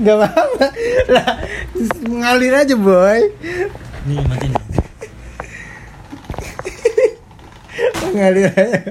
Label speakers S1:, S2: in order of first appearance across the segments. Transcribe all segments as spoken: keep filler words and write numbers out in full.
S1: Gak apa-apa lah, ngalir aja boy.
S2: Nih matiin.
S1: Ngalir aja.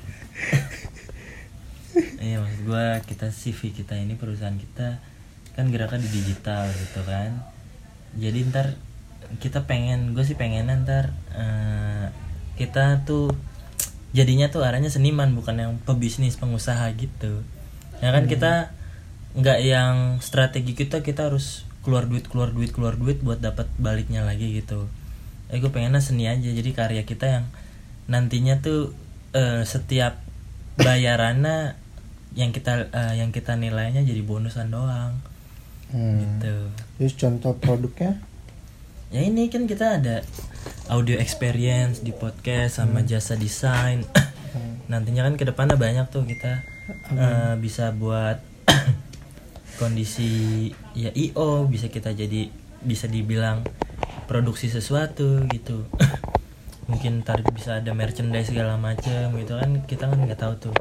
S2: Iya maksud gue kita C V kita ini perusahaan kita kan gerakan di digital gitu kan. Jadi ntar kita pengen, gue sih pengen ntar uh, kita tuh jadinya tuh arahnya seniman bukan yang pebisnis pengusaha gitu. Ya kan hmm. kita nggak yang strategi kita kita harus keluar duit keluar duit keluar duit buat dapat baliknya lagi gitu. Eh gue pengennya seni aja, jadi karya kita yang nantinya tuh uh, setiap bayarannya yang kita uh, yang kita nilainya jadi bonusan doang. Hmm. Gitu.
S1: Terus contoh produknya?
S2: Ya ini kan kita ada audio experience di podcast sama hmm. jasa desain. hmm. Nantinya kan ke depannya banyak tuh kita uh, bisa buat kondisi ya I O, bisa kita jadi bisa dibilang produksi sesuatu gitu. Mungkin ntar bisa ada merchandise segala macam gitu kan, kita kan nggak tahu tuh.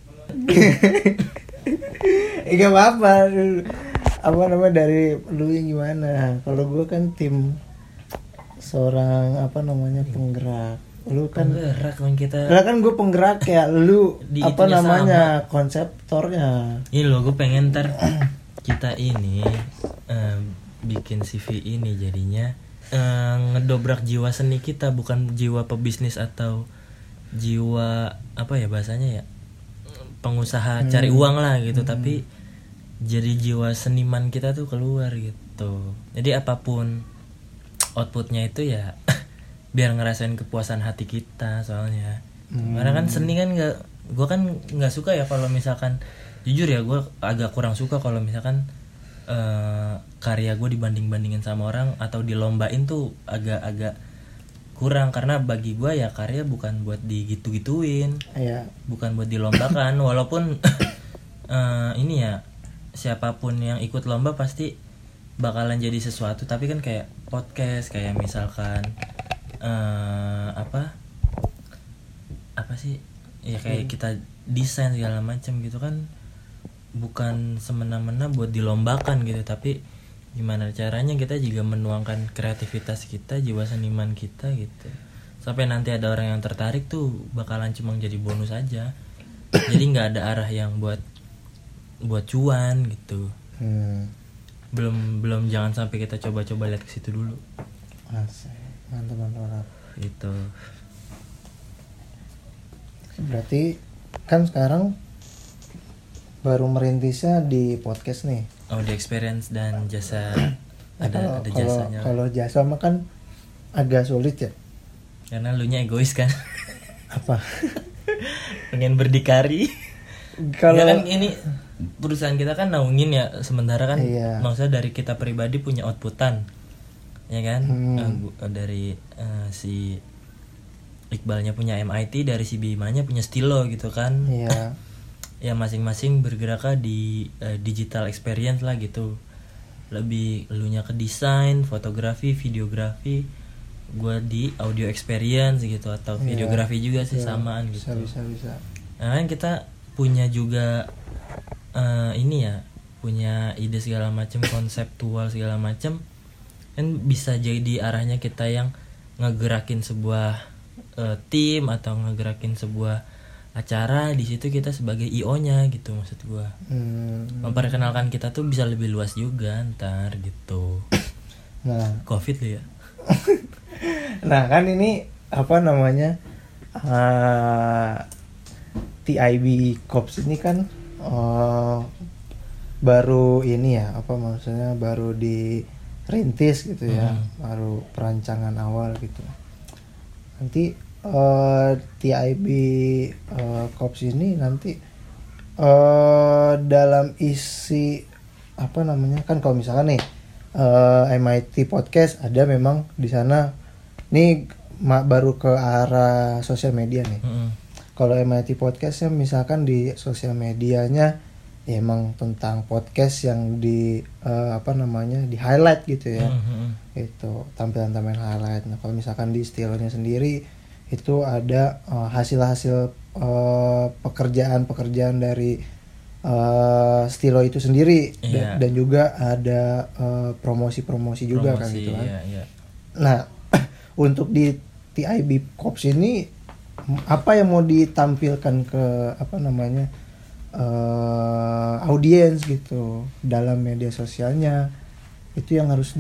S1: Gak apa-apa. Apa namanya dari lu yang gimana? Kalau gue kan tim seorang apa namanya penggerak. Lu kan
S2: penggerak kan kita.
S1: Lah kan gue penggerak ya, lu apa namanya sama. Konseptornya.
S2: Ini lo gue pengen ntar kita ini um, bikin C V ini jadinya um, ngedobrak jiwa seni kita, bukan jiwa pebisnis atau jiwa apa ya bahasanya ya pengusaha hmm. cari uang lah gitu, hmm. tapi jadi jiwa seniman kita tuh keluar gitu. Jadi apapun outputnya itu ya biar ngerasain kepuasan hati kita soalnya. Hmm. Karena kan seni kan nggak, gue kan nggak suka ya kalau misalkan jujur ya gue agak kurang suka kalau misalkan uh, karya gue dibanding-bandingin sama orang atau dilombain tuh agak-agak kurang, karena bagi gue ya karya bukan buat digitu-gituin,
S1: yeah.
S2: bukan buat dilombakan. Walaupun uh, ini ya siapapun yang ikut lomba pasti bakalan jadi sesuatu, tapi kan kayak podcast kayak misalkan uh, apa apa sih ya kayak hmm. kita desain segala macam gitu kan bukan semena-mena buat dilombakan gitu, tapi gimana caranya kita juga menuangkan kreativitas kita, jiwa seniman kita gitu, sampai nanti ada orang yang tertarik tuh bakalan cuma jadi bonus aja. Jadi nggak ada arah yang buat buat cuan gitu. hmm. belum belum jangan sampai kita coba-coba lihat ke situ dulu.
S1: Asik, mantap mantap
S2: itu.
S1: Berarti kan sekarang baru merintisnya di podcast nih.
S2: Oh, di experience dan jasa ada
S1: kalo,
S2: ada jasanya.
S1: Kalau jasa mah kan agak sulit ya.
S2: Karena lu nya egois kan.
S1: Apa?
S2: Pengen berdikari. Kalau ya kan ini perusahaan kita kan naungin ya, sementara kan
S1: iya.
S2: maksudnya dari kita pribadi punya outputan. Ya kan?
S1: Hmm.
S2: Uh, dari uh, si Iqbalnya punya M I T, dari si Bimanya punya Stilo gitu kan.
S1: Iya.
S2: Ya masing-masing bergerak di uh, digital experience lah gitu. Lebih elunya ke desain, fotografi, videografi, gue di audio experience gitu, atau yeah. videografi juga sih yeah. samaan gitu.
S1: Bisa bisa bisa.
S2: Nah kan kita punya juga uh, ini ya, punya ide segala macam, konseptual segala macam, kan bisa jadi arahnya kita yang ngegerakin sebuah uh, tim atau ngegerakin sebuah acara. Di situ kita sebagai I O-nya gitu maksud gue. Hmm. Memperkenalkan kita tuh bisa lebih luas juga ntar gitu.
S1: Nah,
S2: Covid lu ya.
S1: Nah kan ini apa namanya uh, T I B Corps ini kan uh, baru ini ya, apa maksudnya baru dirintis gitu ya, hmm. baru perancangan awal gitu. Nanti Uh, T I B uh, Corps ini nanti uh, dalam isi apa namanya, kan kalau misalkan nih uh, M I T Podcast ada memang di sana nih ma- baru ke arah sosial media nih. Mm-hmm. Kalau M I T Podcast ya misalkan di sosial medianya ya emang tentang podcast yang di uh, apa namanya di highlight gitu ya. Mm-hmm. Itu tampilan-tampilan highlight. Nah kalau misalkan di Stilonya sendiri itu ada uh, hasil-hasil uh, pekerjaan-pekerjaan dari uh, Stilo itu sendiri
S2: Iya.
S1: dan, dan juga ada uh, promosi-promosi juga kan
S2: Promosi,
S1: gitu kan.
S2: iya, iya.
S1: Nah, untuk di T I B Corps ini apa yang mau ditampilkan ke apa namanya uh, audiens gitu dalam media sosialnya, itu yang harus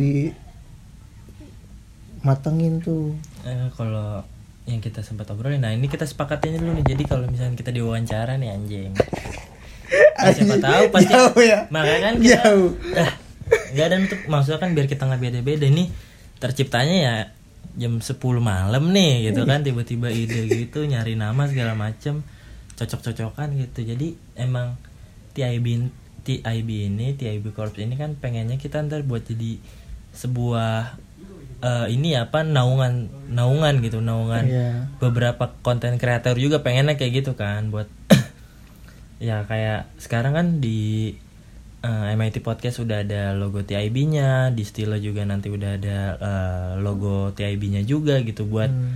S1: dimatengin tuh.
S2: Eh, kalau yang kita sempat obrolin, nah ini kita sepakatin dulu nih. Jadi kalau misalnya kita diwawancara nih anjing, nah, siapa tahu pasti
S1: jauh ya.
S2: makanya kan kita
S1: Jauh.
S2: ah, nggak ada untuk maksudnya kan biar kita nggak beda-beda. Ini terciptanya ya jam sepuluh malam nih gitu kan, tiba-tiba ide gitu nyari nama segala macem, cocok-cocokan gitu. Jadi emang T I B T I B ini T I B Corps ini kan pengennya kita ntar buat jadi sebuah uh, ini apa naungan naungan gitu naungan
S1: Iya.
S2: beberapa konten kreator juga pengennya kayak gitu kan, buat ya kayak sekarang kan di uh, M I T Podcast udah ada logo T I B-nya, di Stilo juga nanti udah ada uh, logo T I B-nya juga gitu buat
S1: Hmm.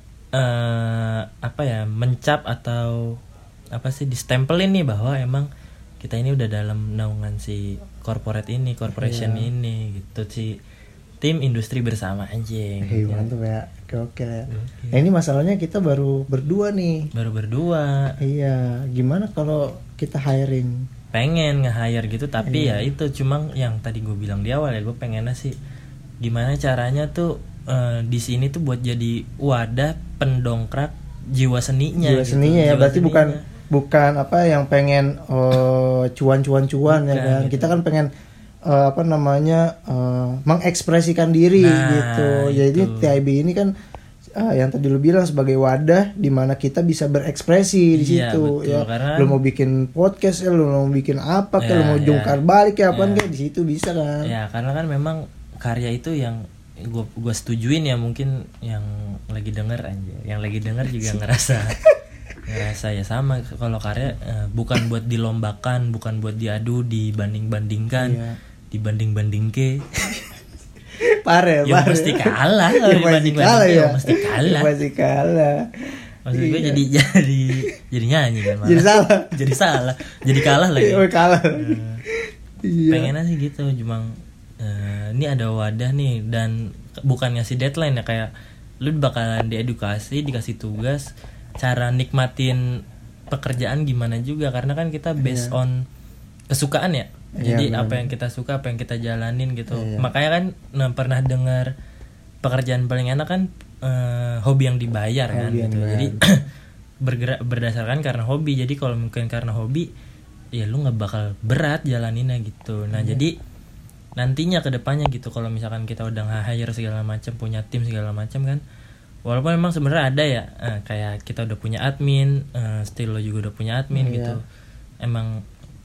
S2: uh, apa ya mencap atau apa sih distempelin nih bahwa emang kita ini udah dalam naungan si corporate ini, corporation
S1: Iya.
S2: ini gitu, si tim industri bersama anjing.
S1: Hei,
S2: gitu.
S1: mantap ya. Oke ya.
S2: Oke.
S1: Nah, ini masalahnya kita baru berdua nih.
S2: Baru berdua.
S1: Iya, gimana kalau kita hiring?
S2: Pengen nge-hire gitu tapi
S1: Iya.
S2: ya itu cuma yang tadi gue bilang di awal ya, gue pengennya sih gimana caranya tuh eh, di sini tuh buat jadi wadah pendongkrak jiwa seninya.
S1: Jiwa
S2: gitu.
S1: seninya ya,
S2: Jiwa
S1: berarti
S2: seninya.
S1: bukan bukan apa yang pengen eh, cuan-cuan-cuan ya
S2: Bukan,
S1: kan.
S2: gitu.
S1: Kita kan pengen eh, apa namanya eh, mengekspresikan diri
S2: Nah,
S1: gitu. Jadi
S2: itu.
S1: T I B ini kan eh, yang tadi lu bilang sebagai wadah di mana kita bisa berekspresi di
S2: Iya,
S1: situ
S2: betul,
S1: ya.
S2: karena-
S1: Lu mau bikin podcast ya, lu mau bikin apa kayak,
S2: Ya,
S1: lu mau
S2: ya.
S1: jungkar balik ya apaan
S2: Ya.
S1: kayak di situ bisa kan.
S2: Ya karena kan memang karya itu yang gue gue setujuin ya, mungkin yang lagi denger aja, yang lagi denger juga ngerasa ngerasa ya sama kalau karya eh, bukan buat dilombakan, bukan buat diadu, dibanding-bandingkan,
S1: Iya.
S2: dibanding-bandingke.
S1: Pare,
S2: Ya
S1: pare.
S2: mesti kalah
S1: Ya
S2: kalau
S1: pasti
S2: dibanding-bandingke,
S1: kalah ya.
S2: ya mesti kalah.
S1: Ya pasti kalah.
S2: Maksud gue
S1: Iya.
S2: jadi jadi jadi nyanyi kan malah.
S1: Jadi salah.
S2: Jadi salah, jadi kalah lagi.
S1: Oh, kalah.
S2: Eh,
S1: Iya.
S2: pengennya sih gitu, cuma eh, ini ada wadah nih dan bukan ngasih deadline ya, kayak lu bakalan diedukasi, dikasih tugas cara nikmatin pekerjaan gimana juga, karena kan kita based
S1: Iya.
S2: on kesukaan ya.
S1: Iya,
S2: Jadi
S1: benar.
S2: apa yang kita suka, apa yang kita jalanin gitu.
S1: Iya.
S2: Makanya kan nah, pernah dengar pekerjaan paling enak kan eh, hobi yang dibayar kan
S1: Hobi yang
S2: gitu.
S1: dibayar.
S2: Jadi bergerak berdasarkan karena hobi. Jadi kalau mungkin karena hobi ya lu nggak bakal berat jalaninnya gitu. Nah
S1: Iya.
S2: jadi nantinya ke depannya gitu, kalau misalkan kita udah nge-hire segala macam, punya tim segala macam kan, walaupun memang sebenarnya ada ya eh, kayak kita udah punya admin, eh, Stilo juga udah punya admin
S1: Iya.
S2: gitu, emang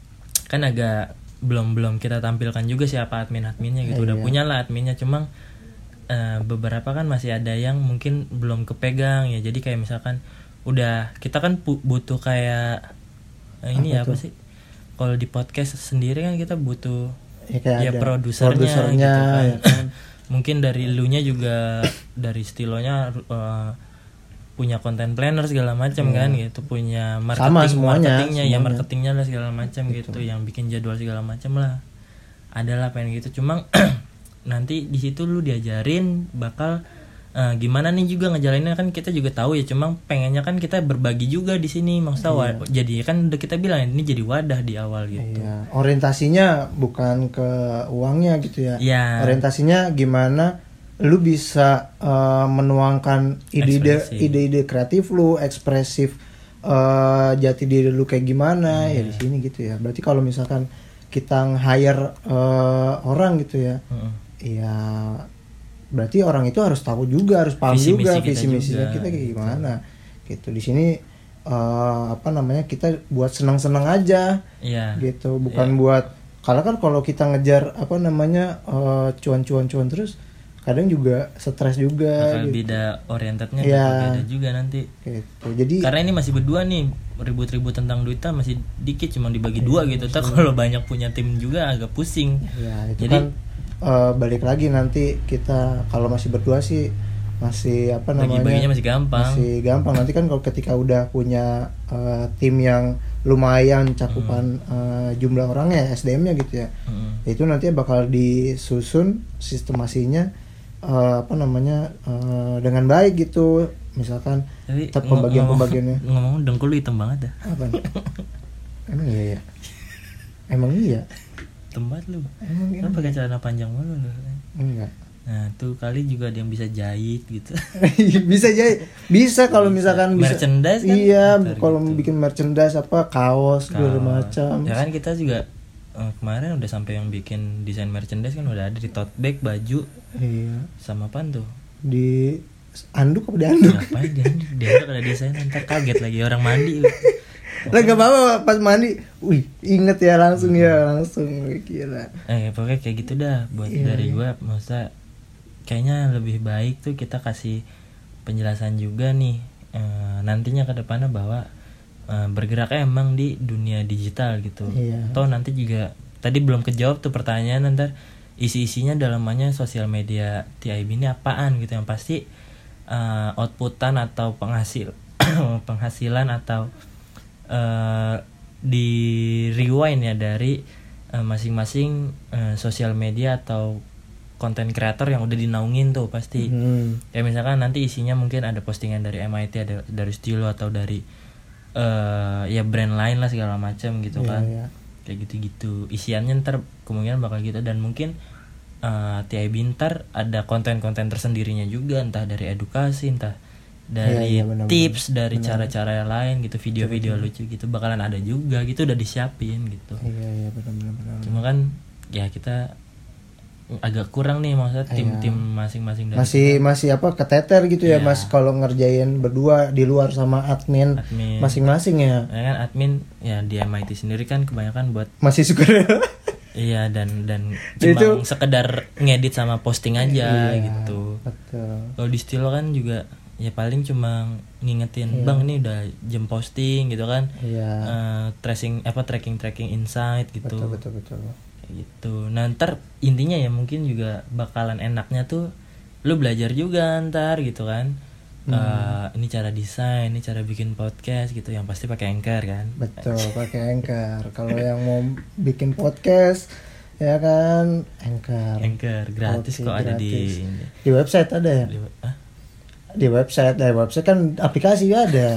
S2: kan agak belum belum kita tampilkan juga siapa admin adminnya gitu. Udah
S1: Iya.
S2: punya lah adminnya, cuma eh, beberapa kan masih ada yang mungkin belum kepegang ya. Jadi kayak misalkan udah kita kan pu- butuh kayak eh, ini
S1: Apa
S2: ya apa
S1: tuh?
S2: sih, kalau di podcast sendiri kan kita butuh
S1: Ya, kayak
S2: ya
S1: ada
S2: produsernya,
S1: produsernya,
S2: gitu kan.
S1: ya kan.
S2: Mungkin dari elunya juga dari Stilonya eh, punya content planner segala macam
S1: Iya.
S2: kan gitu, punya
S1: Sama
S2: marketing
S1: semuanya,
S2: marketingnya ya
S1: semuanya.
S2: marketingnya lah segala macam
S1: Gitu.
S2: gitu, yang bikin jadwal segala macam lah, adalah pengen gitu. Cuma nanti di situ lu diajarin bakal eh, gimana nih juga ngejalaninnya, kan kita juga tahu ya, cuma pengennya kan kita berbagi juga di sini maksudnya wa- jadi kan udah kita bilang ini jadi wadah di awal gitu.
S1: Iya. Orientasinya bukan ke uangnya gitu ya.
S2: Iya.
S1: Orientasinya gimana lu bisa eh, menuangkan ide-ide
S2: Ekspresi.
S1: ide-ide kreatif lu, ekspresif eh, jati diri lu kayak gimana ya di sini gitu ya. Berarti kalau misalkan kita nge-hire eh, orang gitu ya,
S2: Heeh.
S1: ya berarti orang itu harus tahu juga, harus paham
S2: Visi
S1: juga
S2: misi kita
S1: visi misinya
S2: juga,
S1: kita kayak
S2: gitu.
S1: gimana gitu. Di sini eh, apa namanya, kita buat senang-senang aja
S2: Iya.
S1: gitu, bukan buat, karena kan kalau kita ngejar apa namanya eh, cuan-cuan-cuan terus kadang juga stres juga
S2: Bakal
S1: gitu.
S2: beda orientednya,
S1: Iya.
S2: bakal beda juga nanti.
S1: Gitu. Jadi
S2: Karena ini masih berdua nih, ribut-ribut tentang duitnya masih dikit, cuma dibagi dua gitu. Tapi kalau banyak punya tim juga agak pusing.
S1: ya itu
S2: Jadi
S1: kan eh, balik lagi nanti kita kalau masih berdua sih masih apa namanya
S2: bagi-baginya masih gampang.
S1: masih gampang. Nanti kan kalau ketika udah punya uh, tim yang lumayan cakupan hmm. uh, jumlah orangnya, S D M-nya gitu ya, hmm. itu nanti bakal disusun sistemasinya uh, apa namanya uh, dengan baik gitu. Misalkan tetap pembagian-pembagiannya.
S2: Ngomong dengkul lu hitam banget dah.
S1: Apa? Emang iya ya? Emang iya?
S2: Tempat lu.
S1: Emang
S2: kan pakai celana panjang mulu lu.
S1: Enggak.
S2: Nah, tuh kali juga ada yang bisa jahit gitu.
S1: Bisa jahit. Bisa kalau misalkan bisa.
S2: Merchandise kan.
S1: Iya, kalau gitu. Bikin merchandise apa kaos segala macam.
S2: Ya kan kita juga eh, kemarin udah sampai yang bikin desain merchandise kan udah ada di tote bag, baju.
S1: Iya.
S2: Sama apaan tuh?
S1: Di anduk apa di anduk?
S2: Ngapain di anduk? Di anduk ada desain, ntar kaget lagi orang mandi.
S1: Lah gak apa-apa pas mandi. Wih, inget ya langsung hmm. ya langsung kira.
S2: Eh pokoknya kayak gitu dah buat iya, dari gue. Maksudnya kayaknya lebih baik tuh kita kasih penjelasan juga nih e, nantinya ke depannya bahwa e, bergeraknya emang di dunia digital gitu.
S1: Iya.
S2: Toh nanti juga tadi belum kejawab tuh pertanyaan, ntar isi-isinya dalamannya sosial media T I B ini apaan gitu. Yang pasti e, outputan atau penghasil penghasilan atau e, di rewind ya dari e, masing-masing e, sosial media atau konten kreator yang udah dinaungin tuh pasti. hmm. Ya misalkan nanti isinya mungkin ada postingan dari M I T, ada dari Stilo atau dari uh, ya brand lain lah segala macam gitu yeah, kan yeah. Kayak gitu-gitu isiannya ntar kemungkinan bakal gitu. Dan mungkin uh, T I B ntar ada konten-konten tersendirinya juga, entah dari edukasi, entah dari yeah, yeah, bener, tips bener. Dari bener. Cara-cara lain gitu, video-video lucu gitu bakalan ada juga gitu, udah disiapin gitu.
S1: Iya yeah, iya yeah, benar-benar.
S2: Cuma kan ya kita agak kurang nih maksudnya tim-tim masing-masing dari
S1: masih kita. Masih apa keteter gitu ya, ya Mas kalau ngerjain berdua di luar sama admin, admin. Masing-masing ya.
S2: Ya kan admin ya di M I T sendiri kan kebanyakan buat
S1: masih suka
S2: iya dan dan cuma itu sekedar ngedit sama posting aja iya, gitu.
S1: Betul.
S2: Kalau di Stilo kan juga ya paling cuma ngingetin iya. Bang ini udah jam posting gitu kan.
S1: Iya.
S2: Uh, tracing apa tracking tracking insight gitu.
S1: Betul betul betul.
S2: Gitu. Nah ntar intinya ya mungkin juga bakalan enaknya tuh lu belajar juga ntar gitu kan. hmm. uh, ini cara desain, ini cara bikin podcast gitu, yang pasti pakai Anchor kan.
S1: Betul, pakai Anchor. Kalau yang mau bikin podcast ya kan Anchor.
S2: Anchor gratis okay, kok gratis. Ada di
S1: di website ada ya. Di, ah? di website, dari website kan aplikasi ada.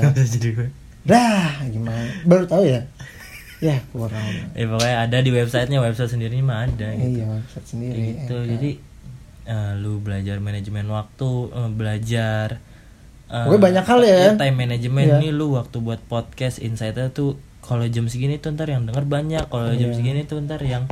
S1: Dah gimana? Baru tahu ya. Ya kurang.
S2: Ya pokoknya ada di websitenya, website sendiri mah ada.
S1: Gitu. Iya website sendiri.
S2: Gitu. Jadi uh, lu belajar manajemen waktu, uh, belajar. Uh,
S1: Pokoknya banyak hal ya.
S2: Time management
S1: iya.
S2: Nih lu waktu buat podcast insight-nya tuh kalau jam segini tuh ntar yang denger banyak, kalau iya. jam segini tuh ntar yang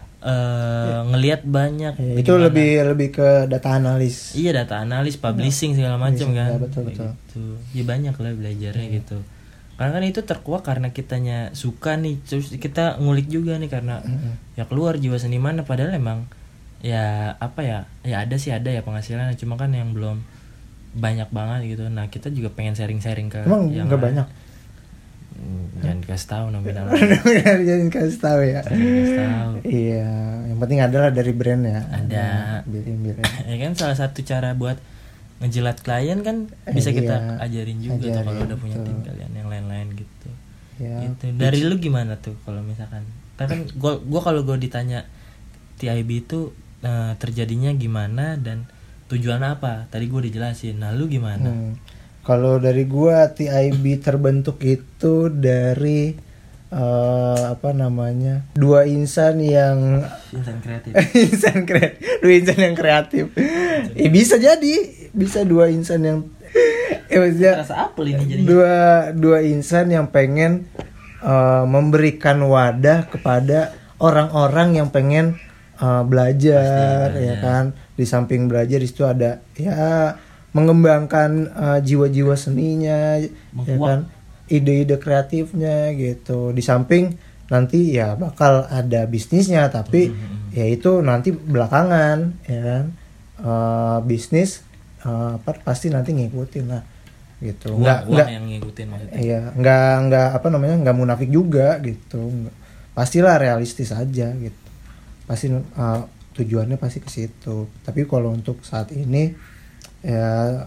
S2: uh, ngelihat banyak.
S1: Iya, itu gimana? lebih lebih ke data analis.
S2: Iya data analis, publishing segala macam kan.
S1: Ya, betul betul.
S2: Gitu. Ya banyak lah belajarnya iya. gitu. Karena kan itu terkuak karena kitanya suka nih, terus kita ngulik juga nih karena mm-hmm. ya keluar jiwa seniman. Padahal emang ya apa ya, ya ada sih ada ya penghasilan, cuma kan yang belum banyak banget gitu. Nah kita juga pengen sharing-sharing ke
S1: emang
S2: yang
S1: nggak banyak.
S2: Jangan dikasih tahu nominal.
S1: Jangan dikasih tahu ya.
S2: Dikasih tahu.
S1: Iya, yang penting adalah dari brand ya.
S2: Ada.
S1: Bikin-bikin.
S2: Ya kan salah satu cara buat ngejilat klien kan bisa
S1: eh,
S2: kita
S1: iya,
S2: ajarin juga tuh kalau udah punya
S1: betul.
S2: tim kalian yang lain-lain gitu.
S1: Ya,
S2: gitu. Dari lu gimana tuh kalau misalkan? Karena kan gua gua kalau gua ditanya T I B itu uh, terjadinya gimana dan tujuan apa? Tadi gua dijelasin. Nah, lu gimana?
S1: Hmm. Kalau dari gua T I B terbentuk itu dari uh, apa namanya? Dua insan yang
S2: insan kreatif.
S1: insan kreatif. Dua insan yang kreatif. Eh bisa jadi bisa dua insan yang eh, maksudnya,
S2: ini
S1: dua dua insan yang pengen uh, memberikan wadah kepada orang-orang yang pengen uh, belajar, belajar ya kan. Di samping belajar di situ ada ya mengembangkan uh, jiwa-jiwa seninya, Mengkuak. ya kan, ide-ide kreatifnya gitu. Di samping nanti ya bakal ada bisnisnya, tapi mm-hmm. ya itu nanti belakangan ya kan. Uh, bisnis uh, apa pasti nanti ngikutin lah gitu.
S2: Uang,
S1: nggak
S2: uang
S1: nggak
S2: yang ngikutin maksudnya.
S1: Iya, nggak nggak apa namanya nggak munafik juga gitu. Nggak, pastilah realistis aja gitu. Pasti uh, tujuannya pasti ke situ. Tapi kalau untuk saat ini ya.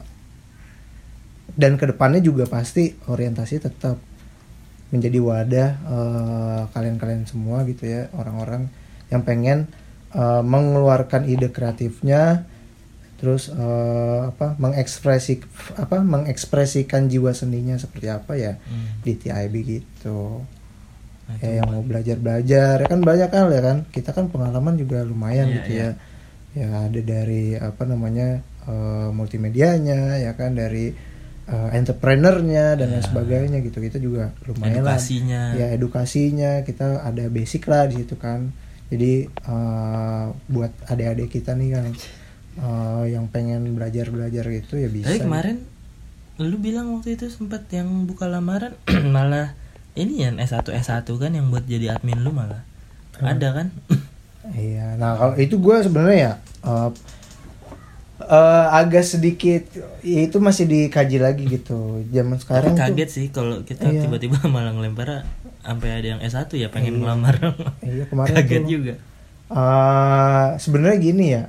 S1: Dan kedepannya juga pasti orientasi tetap menjadi wadah uh, kalian-kalian semua gitu ya, orang-orang yang pengen uh, mengeluarkan ide kreatifnya, terus uh, apa mengekspresi apa mengekspresikan jiwa seninya seperti apa ya hmm. di T I B gitu. Nah, ya yang mau belajar-belajar ya kan banyak kan ya kan, kita kan pengalaman juga lumayan yeah, gitu yeah. ya. Ya ada dari apa namanya uh, multimedianya ya kan, dari Uh, entrepreneurnya dan lain ya. sebagainya gitu, kita juga lumayan
S2: edukasinya.
S1: lah ya edukasinya kita ada basic lah di situ kan. Jadi uh, buat adik-adik kita nih kan uh, yang pengen belajar belajar gitu ya bisa.
S2: Tapi kemarin lu bilang waktu itu sempat yang buka lamaran malah ini ya S satu S satu kan yang buat jadi admin lu malah hmm. ada kan.
S1: Iya, nah kalau itu gue sebenarnya ya uh, Uh, agak sedikit ya itu masih dikaji lagi gitu zaman sekarang.
S2: Kaget
S1: tuh,
S2: sih kalau kita iya. tiba-tiba malah ngelempar sampai ada yang S satu ya pengen
S1: iya.
S2: ngelamar.
S1: Iya kemarin
S2: kaget
S1: tuh,
S2: juga.
S1: Uh, sebenarnya gini ya,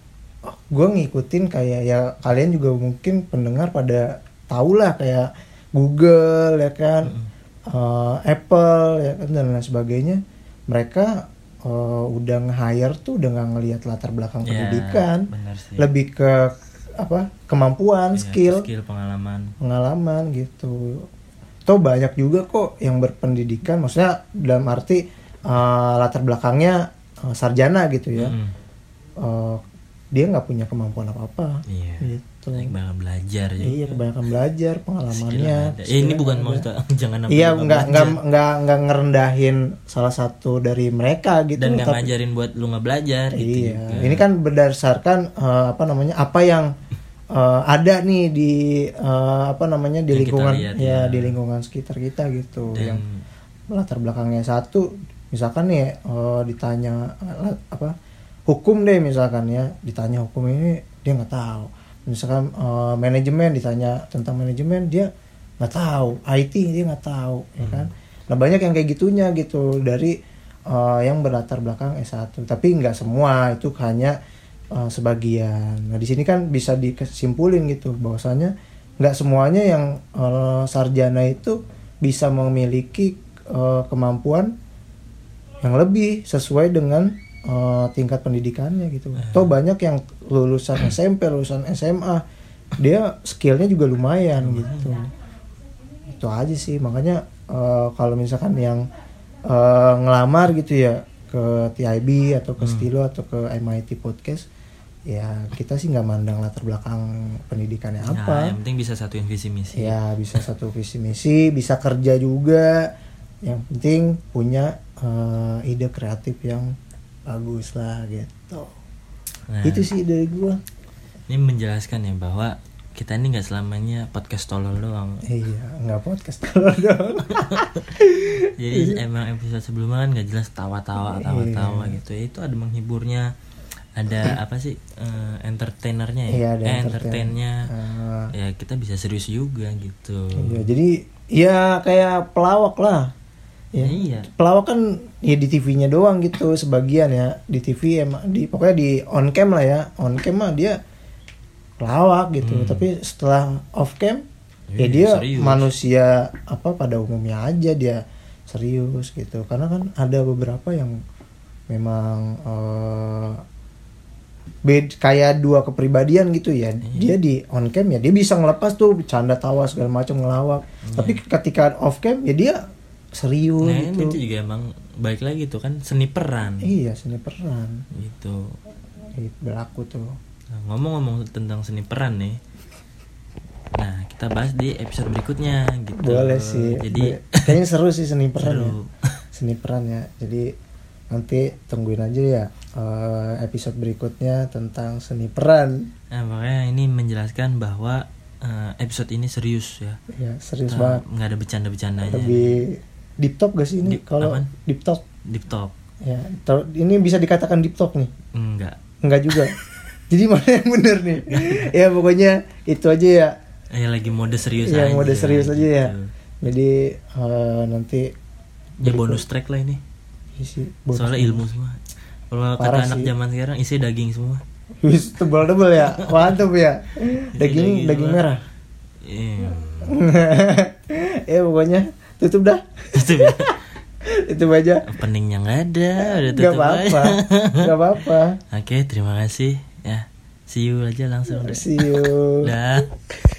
S1: gue ngikutin kayak ya kalian juga mungkin pendengar pada tahu lah kayak Google ya kan, mm-hmm. uh, Apple ya kan dan lain sebagainya. Mereka Uh, udah nge-hire tuh udah nggak ngelihat latar belakang
S2: ya,
S1: pendidikan, lebih ke apa kemampuan, ya, skill,
S2: skill, pengalaman,
S1: pengalaman gitu. Tuh banyak juga kok yang berpendidikan, maksudnya dalam arti uh, latar belakangnya uh, sarjana gitu ya, mm. uh, dia nggak punya kemampuan apa-apa.
S2: Iya.
S1: Gitu.
S2: Kebanyakan belajar. Ya.
S1: Iya kebanyakan belajar pengalamannya.
S2: Eh, ini bukan maksud jangan sampai.
S1: Iya nggak nggak nggak nggak ngerendahin salah satu dari mereka gitu.
S2: Dan nggak ngajarin buat lu nggak belajar. Gitu
S1: iya.
S2: juga.
S1: Ini kan berdasarkan uh, apa namanya apa yang uh, ada nih di uh, apa namanya di yang lingkungan lihat, ya, ya di lingkungan sekitar kita gitu. Dan, yang latar belakangnya satu, misalkan nih uh, ditanya uh, apa hukum deh misalkan ya, ditanya hukum ini dia nggak tahu. Misalkan uh, manajemen ditanya tentang manajemen dia nggak tahu, I T dia nggak tahu, hmm. ya kan. Nah banyak yang kayak gitunya gitu dari uh, yang berlatar belakang S satu, tapi nggak semua, itu hanya uh, sebagian. Nah di sini kan bisa disimpulin gitu bahwasanya nggak semuanya yang uh, sarjana itu bisa memiliki uh, kemampuan yang lebih sesuai dengan Uh, tingkat pendidikannya gitu. Hmm. Atau banyak yang lulusan S M P, lulusan S M A, dia skillnya juga lumayan hmm. gitu. Itu aja sih, makanya uh, kalau misalkan yang uh, ngelamar gitu ya ke T I B atau ke hmm. Stilo atau ke M I T Podcast, ya kita sih nggak mandang latar belakang pendidikannya
S2: nah,
S1: apa.
S2: Yang penting bisa satuin visi misi.
S1: Ya bisa satu visi misi, bisa kerja juga. Yang penting punya uh, ide kreatif yang bagus lah gitu. Nah, itu sih dari gua.
S2: Ini menjelaskan ya bahwa kita ini nggak selamanya podcast tolol doang.
S1: Iya, nggak podcast tolol doang.
S2: Jadi emang episode sebelumnya kan nggak jelas tawa-tawa, tawa-tawa iya. gitu. Ya, itu ada menghiburnya, ada apa sih uh, entertainernya ya,
S1: iya, ada
S2: eh,
S1: entertain.
S2: entertainnya.
S1: Uh,
S2: ya kita bisa serius juga gitu.
S1: Iya, jadi ya kayak pelawak lah. Ya,
S2: iya.
S1: Pelawak kan ya di T V-nya doang gitu sebagian ya, di T V emang di pokoknya di on cam lah ya, on cam mah dia pelawak gitu, hmm. tapi setelah off cam ya, ya dia serius. Manusia apa pada umumnya aja dia serius gitu, karena kan ada beberapa yang memang uh, bed kayak dua kepribadian gitu ya, hmm. dia di on cam ya dia bisa ngelepas tuh bercanda tawa segala macam ngelawak, hmm. tapi ketika off cam ya dia serius nah, gitu.
S2: Itu juga emang baik lagi tuh kan seni peran.
S1: Iya seni peran.
S2: Gitu.
S1: Berlaku tuh.
S2: Nah, ngomong-ngomong tentang seni peran nih. Nah kita bahas di episode berikutnya gitu.
S1: Boleh sih.
S2: Jadi
S1: kayaknya seru sih seni peran.
S2: Seru.
S1: Ya. Seni peran ya. Jadi nanti tungguin aja ya uh, episode berikutnya tentang seni peran.
S2: Nah makanya ini menjelaskan bahwa uh, episode ini serius ya.
S1: Iya serius
S2: Kita
S1: banget.
S2: Nggak ada bercanda-bercandanya.
S1: Lebih deep talk gak sih ini? Kalau deep talk.
S2: Deep talk.
S1: Ya, ini bisa dikatakan deep talk nih?
S2: Enggak.
S1: Enggak juga. Jadi mana yang bener nih? Ya pokoknya itu aja ya.
S2: Ya lagi mode serius
S1: ya,
S2: aja.
S1: mode serius
S2: gitu.
S1: aja ya. Jadi uh, nanti
S2: ya bonus track lah ini.
S1: Isi
S2: soalnya ilmu semua. Kalau kata anak zaman sekarang isi daging semua.
S1: Wis tebal-tebal ya, mantap ya. Daging
S2: Daging
S1: daging
S2: apa?
S1: merah.
S2: Iya.
S1: Ya pokoknya tutup dah.
S2: Tutup ya.
S1: Itu aja.
S2: Openingnya nggak ada, udah
S1: Gak
S2: tutup
S1: apa-apa.
S2: aja.
S1: Gak apa-apa.
S2: Oke, terima kasih ya. See you aja langsung udah.
S1: See you.
S2: Dah.